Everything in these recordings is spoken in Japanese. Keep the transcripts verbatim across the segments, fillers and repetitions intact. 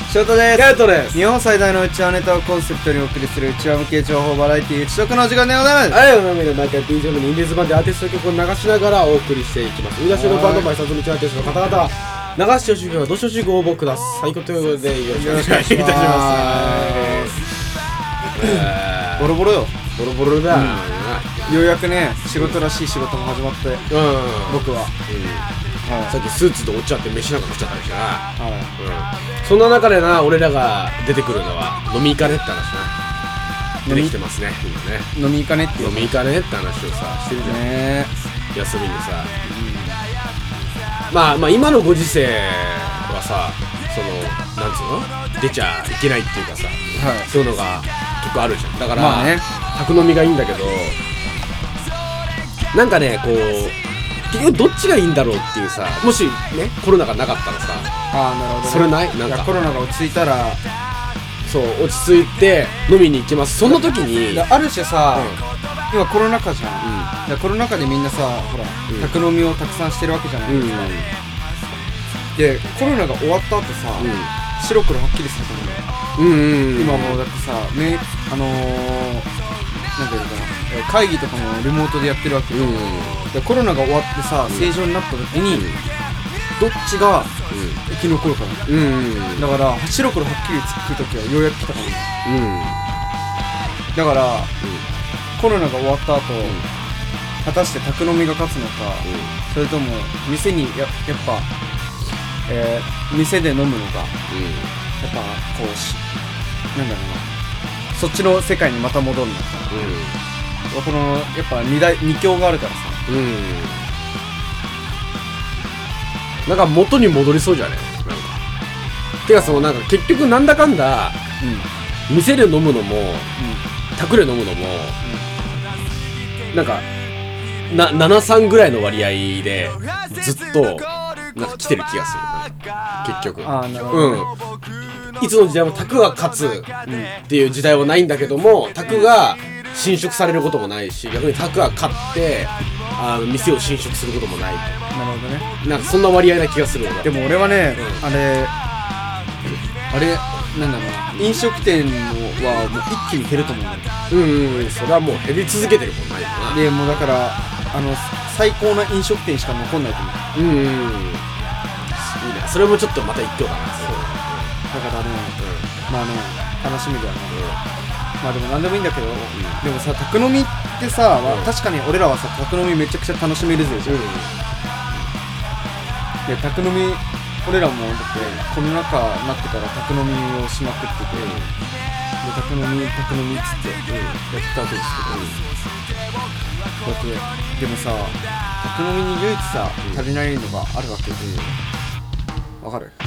ショートです。 ヤウトです。 日本最大のうちわネタをコンセプトにお送りするうちわ向け情報バラエティー、うちとくの時間でございます。 あれをなめで毎回 ビージーエム にインディーズ版でアーティスト曲を流しながらお送りしていきます。売り出しのバンドバイサズムチアーティストの方々は流してほしい曲はどしどしご応募くださいということでよろしくお願いいたします。 ボロボロよ。 ボロボロだ、 うん、ようやくね仕事らしい仕事も始まって、うん、僕は、うんはい、さっきスーツで落ちちゃって飯なんか食っちゃったりしてな、はいうん、そんな中でな俺らが出てくるのは飲み行かねって話な出てきてますね今ね。 飲み行かねって飲み行かねって話をさしてるじゃん、ね、休みにさ、うん、まあまあ今のご時世はさそのなんつうの出ちゃいけないっていうかさ、はい、そういうのが結構あるじゃん。だから、まあね、宅飲みがいいんだけどなんかねこう結局どっちがいいんだろうっていうさもしねコロナがなかったらさあーなるほど、ね、 それないなんかいやコロナが落ち着いたらそう落ち着いて飲みに行きます。その時にある種さ、うん、今コロナ禍じゃん、うん、コロナ禍でみんなさほら、うん、宅飲みをたくさんしてるわけじゃないですか、うん、でコロナが終わった後さ、うん、白黒はっきりすると思うよ、うんうんうん、今もうだってさ、ね、あのー、なんていうのかな会議とかもリモートでやってるわけよ、うんうん、でコロナが終わってさ、うん、正常になった時に、うん、どっちが生き残るかな、うんうん、だから白黒はっきりつく時はようやく来たかも、うん、だから、うん、コロナが終わった後、うん、果たして宅飲みが勝つのか、うん、それとも店に や, やっぱ、えー、店で飲むのが、うん、やっぱこうしなんだろうなそっちの世界にまた戻るのか、うん、このやっぱ 二, 大二強があるからさ、うん、 なんか元に戻りそうじゃねなんかてかそのなんか結局なんだかんだ、うん、店で飲むのも、うん、宅で飲むのも、うん、なんかなななさんぐらいの割合でずっとなんか来てる気がする結局。 あーなるほど、ねうん、いつの時代も宅が勝つっていう時代はないんだけども宅が侵食されることもないし逆に宅が勝ってあの店を侵食することもない。 なるほどね。 なんかそんな割合な気がするわ。 でも俺はね、うん、あれあれなんだろうな飲食店のはもう一気に減ると思うんだよ。 うんうんそれはもう減り続けてるもんないよな。 でもうだからあの最高な飲食店しか残んないと思う。うんうんいいね。 それもちょっとまた一挙だな。 そうだからね、うん、まあね楽しみだよね、うん、まあでもなんでもいいんだけど、うん、でもさ宅飲みってさ、うんまあ、確かに俺らはさ宅飲みめちゃくちゃ楽しめるぜじゃん、うん、で宅飲み俺らもだってコロナ禍になってから宅飲みをしまくってて、うん、で宅飲み宅飲みっつって、うん、やってたわけですけど、うん、だってでもさ宅飲みに唯一さ、うん、足りないのがあるわけで、うん、わかる？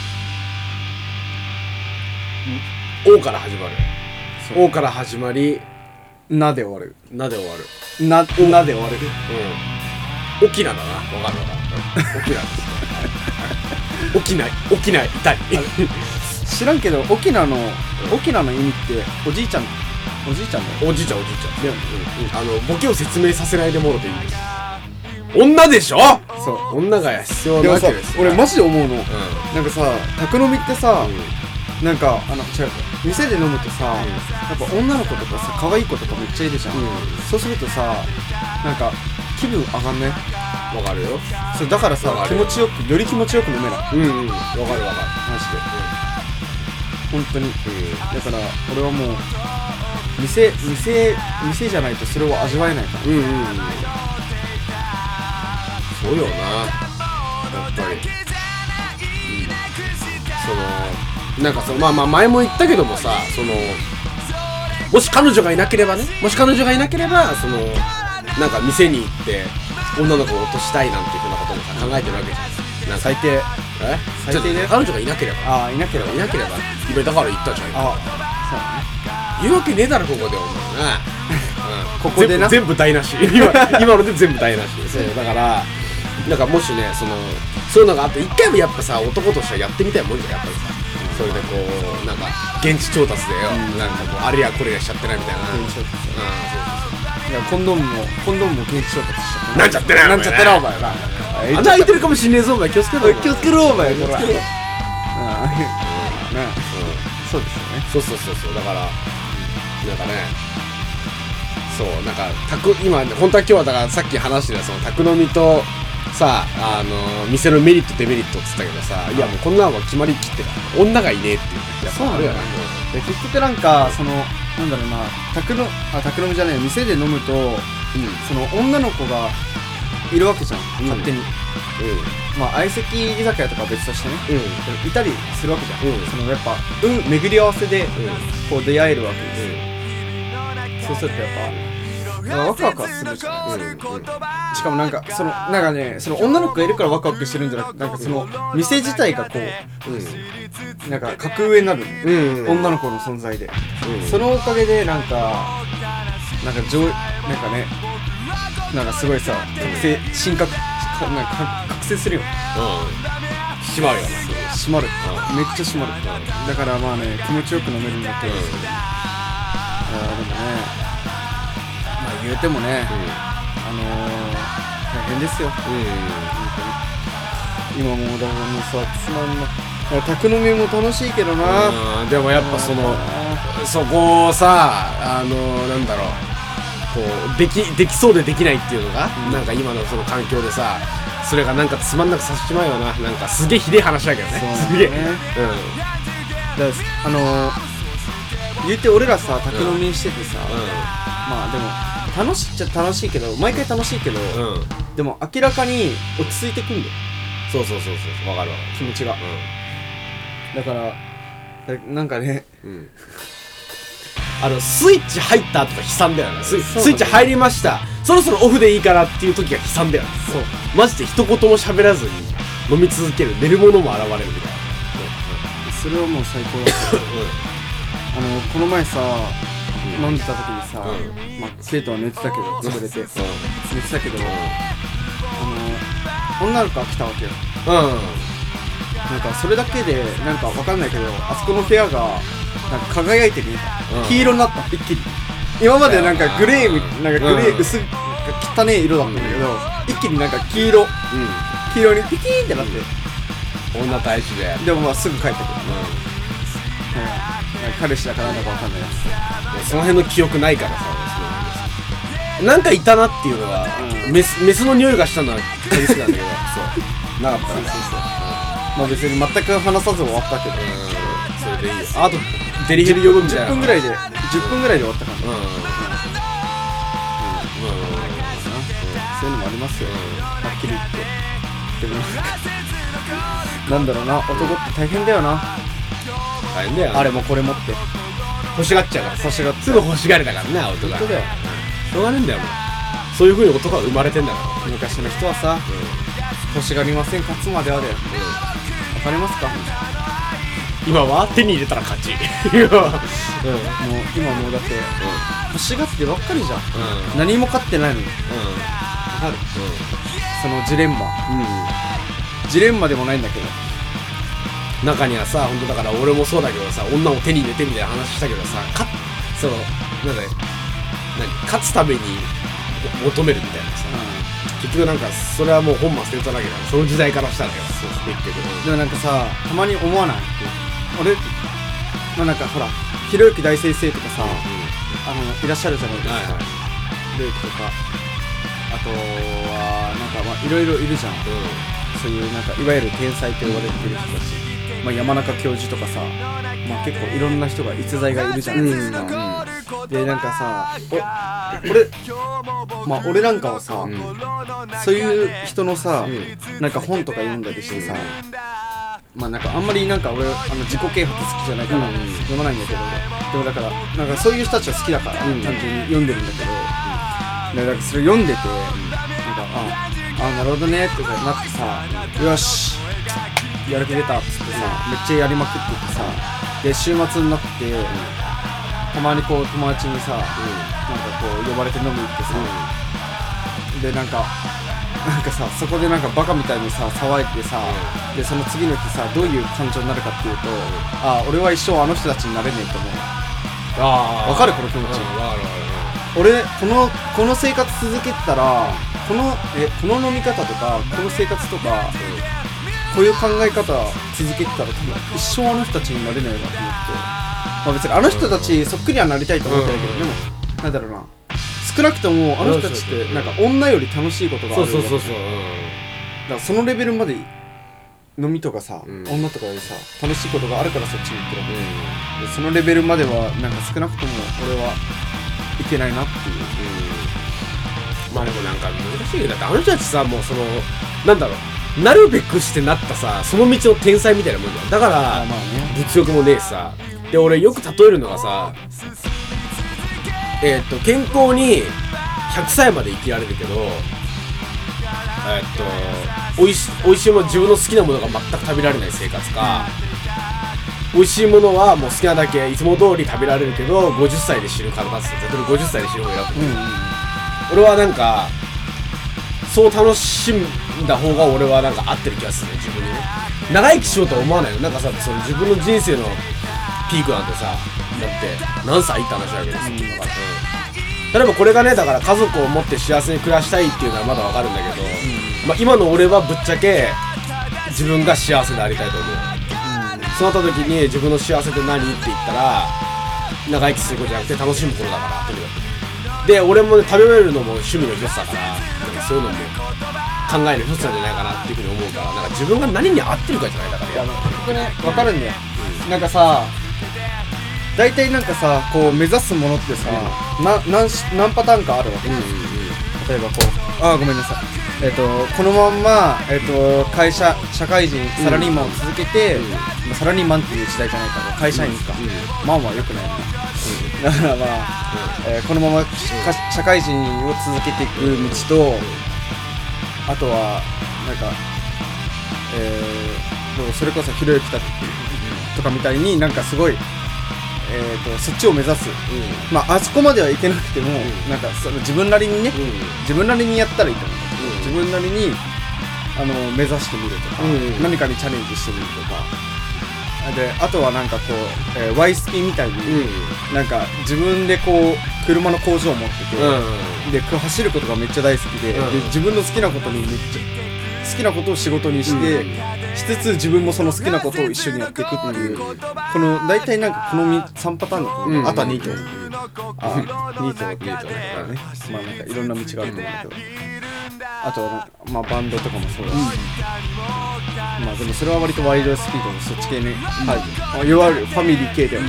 O から始まる。O から始まりなで終わる。 なで終わる。 な、なで終わる。 うん。沖縄だな。わかるわかる。沖縄。沖縄、沖縄痛い。 知らんけど沖縄の沖縄の意味っておじいちゃんおじいちゃんだよ。 おじいちゃんおじいちゃん。でも、うん、あのボケを説明させないでもろていいです。女でしょ？ そう。 女が必要なわけです。 俺マジで思うの。うん、なんかさ宅飲みってさ。うんなんかあの違う店で飲むとさ、うん、やっぱ女の子とかさ可愛い子とかめっちゃいるじゃん、うん、そうするとさなんか気分上がんね。 わかるよ。 そうだからさ気持ちよくより気持ちよく飲めない。 うんうんわかるわかるマジで、うん、本当に、うん、だから俺はもう店店店じゃないとそれを味わえないから。うんうん、うん、 そうよなやっぱり、うん、そのなんかそのまあまあ前も言ったけどもさそのもし彼女がいなければねもし彼女がいなければそのなんか店に行って女の子を落としたいなんていうふうなこともさ考えてるわけじゃん。なんか最低え最低ね彼女がいなければああいなければいなければ今だから言ったじゃん。 ああそうだね言うわけねえだろここでお前な、 うん、ここでな全部台無し今今ので全部台無しそうだからなんかもしねそのそういうのがあって一回もやっぱさ男としてはやってみたいもんじゃんやっぱりさそれでこうなんか現地調達でよ、うん、なんかこうあれやこれやしちゃってないみたいな。 現地調達。うん、そうそうそう。いやコンドームもコンドームも現地調達しちゃってなんちゃってななんちゃってなお前な。 穴開いてるかもしんねえぞお前気をつけろ。 気をつけろお前これ。 ね、そうですよね。 そうそうそうそう、だからなんかね、そうなんかたく今本当は今日はだからさっき話してたその宅飲みとさあの店のメリットデメリットっつったけどさ、いやもうこんなのは決まりきってる女がいねえっていうやっぱあるよね。 で結局なんかそのなんだろうな、宅のあ宅飲みじゃない店で飲むと、うん、その女の子がいるわけじゃん、うん、勝手に、うん、まあ相席居酒屋とかは別としてね、うん、いたりするわけじゃん、うん、そのやっぱ運巡り合わせでこう出会えるわけですよ、うん、そうするとやっぱワクワクはするじゃん、うんうん、しかもなんかそのなんかね、その女の子がいるからワクワクしてるんじゃなくて、なんかその店自体がこう、うん、なんか格上になる、うんうん、女の子の存在で、うん、そのおかげでなんかなんか上なんかね、なんかすごいさ覚醒深刻なんか覚醒するよ、 うん、締まるよな、 締まる、うん、めっちゃ締まる、うん、だからまあね気持ちよく飲めるんだって、うん、いやでもねまあ言うてもね、うん、あのー、大変ですよ、うん、今もうだからもうさつまんな宅飲みも楽しいけどな、 うん、でもやっぱそのそこをさあのー、なんだろうこうできできそうでできないっていうのが、うん、なんか今のその環境でさそれがなんかつまんなくさせちまうよな、なんかすげえひでえ話だけどね、すげえ、うん、だからあのー、言うて俺らさ宅飲みしててさ、うん、まあでも楽しいっちゃ楽しいけど毎回楽しいけど、うん、でも明らかに落ち着いてくんだよ。 そうそうそうそう、わかるわかる、 気持ちが、うん、だからなんかね、うん、 あのスイッチ入った後が悲惨だよね。スイッチ入りました、そろそろオフでいいかなっていう時が悲惨だよね。そうマジで一言も喋らずに飲み続ける、寝るものも現れるみたいな、うんうん、それはもう最高だった、うん、あのこの前さ飲んでた時にさ、うんまあ、生徒は寝てたけど潰れて、うん、寝てたけど、うん、あの女の子が来たわけよ、うん、なんかそれだけでなんかわかんないけどあそこの部屋がなんか輝いて見えた、うん、黄色になった一気に。今までなんかグレーなんかグレー薄い、うん、汚い色だったんだけど、うん、一気になんか黄色、うん、黄色にピキーンってなって、 うん、女大使ででもまあすぐ帰ってくる、うん、彼氏だからなんだかわかんないやつ、その辺の記憶ないからさ、なんかいたなっていうのは、うん、メス、メスの匂いがしたのは確実なんだけどそうなかったね。そうそうそう、 まあ別に全く話さず終わったけど、うん、 それでいいよ。あとデリヘル呼ぶみたいなじゅっぷんぐらいでじゅっぷんぐらいで終わったからね、うんうんうんうん、そういうのもありますよ、うん、はっきり言って。でもなんだろうな、男って大変だよな。 大変だよ、 あれもこれもって欲しがっちゃうから、 欲しがっすぐ欲しがりだからね、男が。本当だよ、しょうがねえんだよもう。そういう風に男が生まれてんだから。 昔の人はさ、うん、欲しがりません勝つまではだよ、うん、わかりますか。 今は手に入れたら勝ちうん、もう今もうだって、うん、欲しがってばっかりじゃん、うん、何も勝ってないのに、うん、わかる、うん、そのジレンマ、うん、ジレンマでもないんだけど、 中にはさ、本当だから俺もそうだけどさ、女を手に入れてみたいな話したけどさ、かそのなんだね、何勝つために求めるみたいなさ、うん、結局なんかそれはもう本末転倒だけど、その時代からしたらよ、結局。 でもなんかさ、たまに思わない？俺、まあなんかほら、ひろゆき大先生とかさ、うん、あのいらっしゃるじゃないですか。はいはい、ひろゆきとか、あとはなんかまあいろいろいるじゃん。うん、そういうなんかいわゆる天才と言われてる人たち、まあ山中教授とかさ、まあ結構いろんな人が逸材がいるじゃないですか。うんうん、でなんかさ、お俺まあ俺なんかはさ、うん、そういう人のさ、うん、なんか本とか読んだりしてさ。まあなんかあんまりなんか俺あの自己啓発好きじゃないから、うん、読まないんだけど、でもだからなんかそういう人たちは好きだから、うん、単純に読んでるんだけど、うん、だからそれ読んでて、うん、なんかああなるほどねってなってさ、うん、よしやる気出たっつってさ、めっちゃやりまくっててさ、で週末になって、うん、たまにこう友達にさ、うん、なんかこう呼ばれて飲み行ってさ、うん、でなんかなんかさ、そこでなんかバカみたいにさ騒いでさ、うん、でその次の日さどういう感情になるかっていうと、うん、ああ俺は一生あの人たちになれねえと思う。ああわかるこの気持ち、うん、わかるわかる。俺このこの生活続けてたら、このえこの飲み方とかこの生活とか、うん、 こういう考え方続けてたら多分一生あの人たちになれないなと思って、まあ別にあの人たちそっくりはなりたいと思ってないけど、でもなんだろうな、少なくともあの人たちってなんか女より楽しいことがある。 そうそうそうそう、 だからそのレベルまで飲みとかさ、うん、女とかでさ楽しいことがあるからそっちに行ってるわけ、うん、でそのレベルまではなんか少なくとも俺はいけないなっていう、 うん、まあでもなんか難しいよ。だってあの人たちさ、もうそのなんだろう、なるべくしてなったさ、その道の天才みたいなもんじゃん。だから、まあまあね、物欲もねえしさ。で俺よく例えるのがさ、えー、っと健康にひゃくさいまで生きられるけど、えー、っとおいしおいしいもの、自分の好きなものが全く食べられない生活か、美味しいものはもう好きなだけいつも通り食べられるけどごじゅっさいで死ぬ体って言ったらごじゅっさいで死ぬ方を選ぶ、うんうん、俺はなんかそう楽しんだ方が俺はなんか合ってる気がするね、自分にね。長生きしようとは思わないよ。なんかさ、その自分の人生のピークなんてさ、だって何歳って話だけどさ、うん、例えばこれがね、だから家族を持って幸せに暮らしたいっていうのはまだわかるんだけど、うん、まあ、今の俺はぶっちゃけ自分が幸せでありたいと思う、うん、そうなった時に自分の幸せって何って言ったら長生きすることじゃなくて楽しむことだからとにかく。で俺もね、食べれるのも趣味の一つだから、なんかそういうのも考える一つなんじゃないかなっていうふうに思うから、なんか自分が何に合ってるかじゃないだから。いや結局ね、分かるんだよ、うん、なんかさ大体なんかさ、こう目指すものってさ、うん、な 何, 何パターンかあるわけ、うんうんうん、例えばこう、あーごめんなさい、えー、とこのまんま、えー、と会社社会人サラリーマンを続けて、うんまあ、サラリーマンっていう時代じゃないから会社員か、うんうん、マンは良くないな、うん、だからまあ、うんえー、このまま社会人を続けていく道と、あとはなんか、えー、それこそひろゆきたとかみたいになんかすごいえー、とそっちを目指す、うんまあ、あそこまではいけなくても、うん、なんかその自分なりにね、うん、自分なりにやったらいいと思うんだけど、うん、自分なりにあの目指してみるとか、うん、何かにチャレンジしてみるとかで、あとはなんかこう、えー、ワイスピみたいに、うん、なんか自分でこう車の工場を持ってて、うん、で走ることがめっちゃ大好きで、うん、で自分の好きなことにめっちゃ好きなことを仕事にして、うん、しつつ自分もその好きなことを一緒にやっていくっていう、うん、この大体なんかこのさんパターンの、うん、あとはにと、うん、あにとにとね、まあなんかいろんな道があると思うんだけど、あとはまあバンドとかもそうだし、うん、まあでもそれは割とワイルドスピードのそっち系ね、うんはい、いわゆるファミリー系で、うん、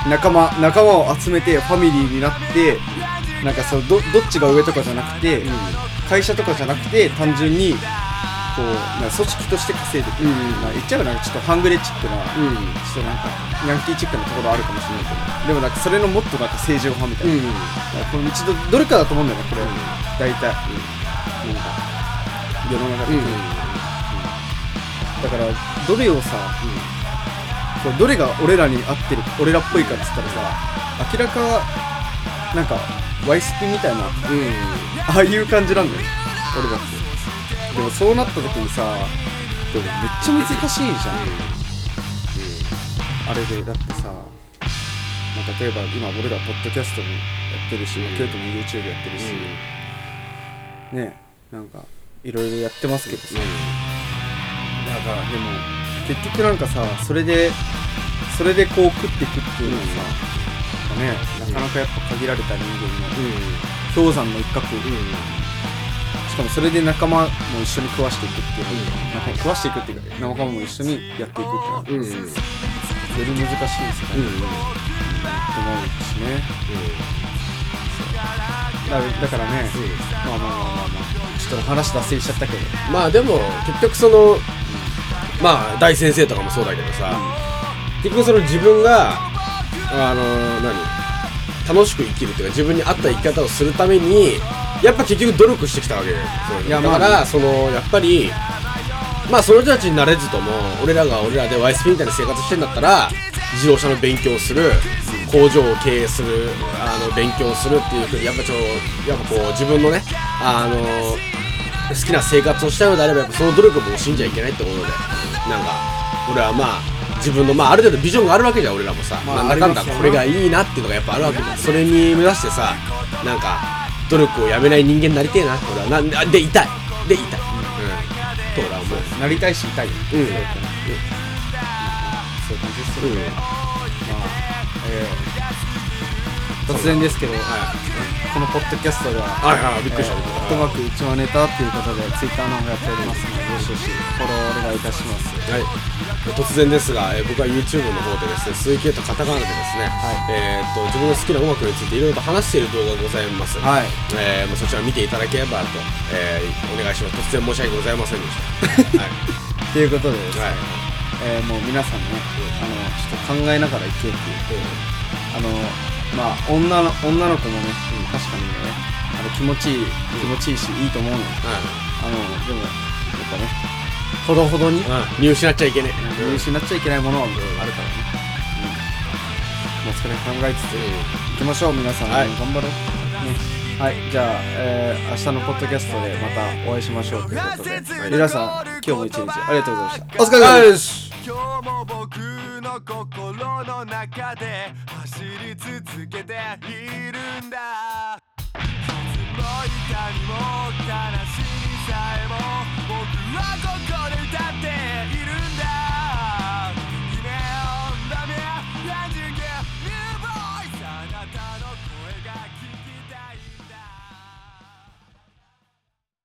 仲間仲間を集めてファミリーになって、なんかそう ど, どっちが上とかじゃなくて、うん、会社とかじゃなくて単純にこうなんか組織として稼いでくる、うんまあ、言っちゃうなちょっとハングレチックな、うん、ちょっとなんかヤンキーチックなところあるかもしれないけど、でもなんかそれのもっとなんか正常派みたいな、うん、この道 ど, どれかだと思うんだよねこれ、うん、大体、うん、なんか世の中的に、うんうん、だからどれをさ、うん、こうどれが俺らに合ってる俺らっぽいかっつったらさ、明らかなんかワイスピみたいな、うん、ああいう感じなんだよ俺だって。でもそうなった時にさ、でもめっちゃ難しいじゃん、うんうん、あれでだってさ、まあ、例えば今俺らポッドキャストもやってるし、うん、ケイトも YouTube やってるし、うん、ねなんかいろいろやってますけどさ、うん、だからでも結局なんかさ、それでそれでこう食っていくっていうのはさ、うんね、なかなかやっぱ限られた人間の氷山の一角、うんしかもそれで仲間も一緒に食わしていくっていう、うん、食わしていくっていうか仲間も一緒にやっていくっていうのは、うん、より難しいですね、うん、って思うしね、うん、だ, だからね、うん、まあまあまあまあまあちょっと話脱線しちゃったけど、 まあでも結局そのまあ大先生とかもそうだけどさ、うん、結局その自分があの何楽しく生きるっていうか自分に合った生き方をするためにやっぱ結局努力してきたわけだよ。いやだから、まあ、そのやっぱりまあその人たちになれずとも俺らが俺らで ワイエスピー みたいな生活してんだったら自動車の勉強をする、工場を経営する、あの勉強をするっていう風にやっぱちょやっぱこう自分のねあの好きな生活をしたいのであればやっぱその努力も惜しんじゃいけないってことで、なんか俺はまあ自分のまあある程度ビジョンがあるわけじゃん俺らもさ、まあ、なんだかんだこれがいいなっていうのがやっぱあるわけじゃん。それに目指してさなんか努力をやめない人間になりてえな俺はなでいたいでいたい、うん、 と俺は思う。 なりたいし痛いよ、 うん、うん、 そういう感じですよね、うん、まあ、えー、突然ですけど、はい、このポッドキャストでは、 はいはい、びっくりした、 えー、ともかくうちはネタっていうことでツイッターの方やっておりますので、よしよしフォローお願いいたします。 はい、突然ですが、えー、僕は YouTube の方でですね、水系とカタカナでですね、はい、えー、っと自分の好きな音楽についていろいろと話している動画がございます。はい、えー、もうそちら見ていただければと、えー、お願いします。突然申し訳ございませんでした。はい、 ということでですね、はい、えー、もう皆さんね、 うん、 あのちょっと考えながらいけっていう、うん、あのまあ女の女の子もね、うん、確かにね、あの気持ちいい、気持ちいいし、いいと思うの。うん、あのでもやっぱね、ほどほどに、うん、 見失っちゃいけない、 見失っちゃいけないものはあるからね。うん、まあそれ考えつつ、うん、いきましょう皆さん、はい、頑張ろう。ね。はい、じゃあ、えー、明日のポッドキャストでまたお会いしましょうということで、はい、皆さん今日も一日ありがとうございました。お疲れ様です。今日も僕の心の中で走り続けているんだ。いつも痛みも悲し